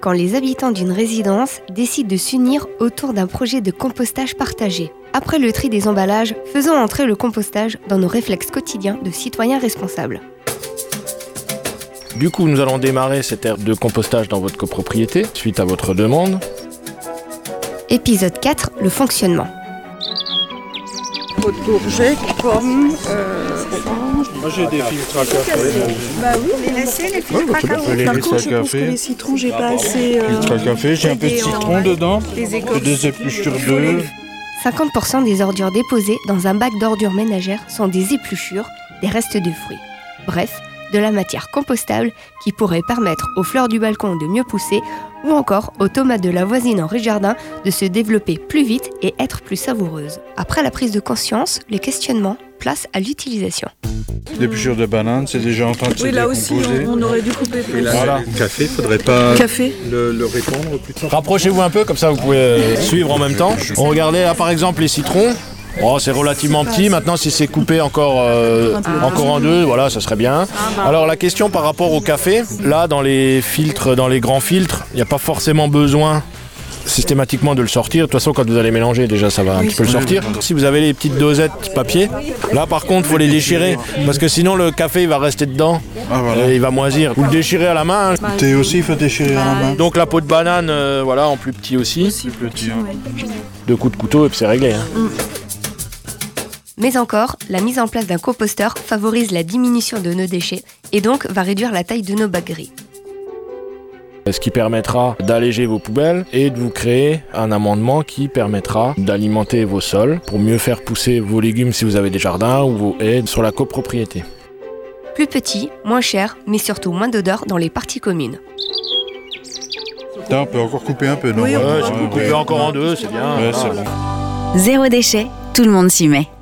quand les habitants d'une résidence décident de s'unir autour d'un projet de compostage partagé. Après le tri des emballages, faisons entrer le compostage dans nos réflexes quotidiens de citoyens responsables. Du coup, nous allons démarrer cette ère de compostage dans votre copropriété, suite à votre demande. Épisode 4, le fonctionnement. Courgettes, pommes, oranges. Moi j'ai des filtres à café. Bah oui, les laisser, les filtres à café. Par contre, je pense que les citrons, j'ai pas assez... Filtre à café, j'ai un peu de citron dedans, des épluchures d'œufs. 50% des ordures déposées dans un bac d'ordures ménagères sont des épluchures, des restes de fruits. Bref, de la matière compostable qui pourrait permettre aux fleurs du balcon de mieux pousser ou encore aux tomates de la voisine en rez-de-jardin de se développer plus vite et être plus savoureuses. Après la prise de conscience, les questionnements, place à l'utilisation. L'épluchure de banane, c'est déjà en train de se décomposer. Là aussi, on aurait dû couper plus. Voilà. Le café, il ne faudrait pas le répandre plus tard. Rapprochez-vous un peu, comme ça vous pouvez suivre en même temps. On regardait là par exemple les citrons. Oh, c'est relativement petit. Maintenant, si c'est coupé encore en deux, voilà, ça serait bien. Alors, la question par rapport au café, là, dans les filtres, dans les grands filtres, il n'y a pas forcément besoin systématiquement de le sortir. De toute façon, quand vous allez mélanger, déjà, ça va un petit peu le sortir. Si vous avez les petites dosettes papier, là, par contre, il faut les déchirer. Parce que sinon, le café, il va rester dedans. Et il va moisir. Vous le déchirez à la main. Le thé aussi, il faut déchirer à la main. Donc, la peau de banane, voilà, en plus petit aussi. Plus petit, hein. 2 coups de couteau et puis c'est réglé. Hein. Mais encore, la mise en place d'un composteur favorise la diminution de nos déchets et donc va réduire la taille de nos bacs gris. Ce qui permettra d'alléger vos poubelles et de vous créer un amendement qui permettra d'alimenter vos sols pour mieux faire pousser vos légumes si vous avez des jardins ou vos haies sur la copropriété. Plus petit, moins cher, mais surtout moins d'odeur dans les parties communes. Là, on peut encore couper un peu, non? Si vous coupez encore en deux, c'est bien. Ouais, c'est bon. Zéro déchet, tout le monde s'y met.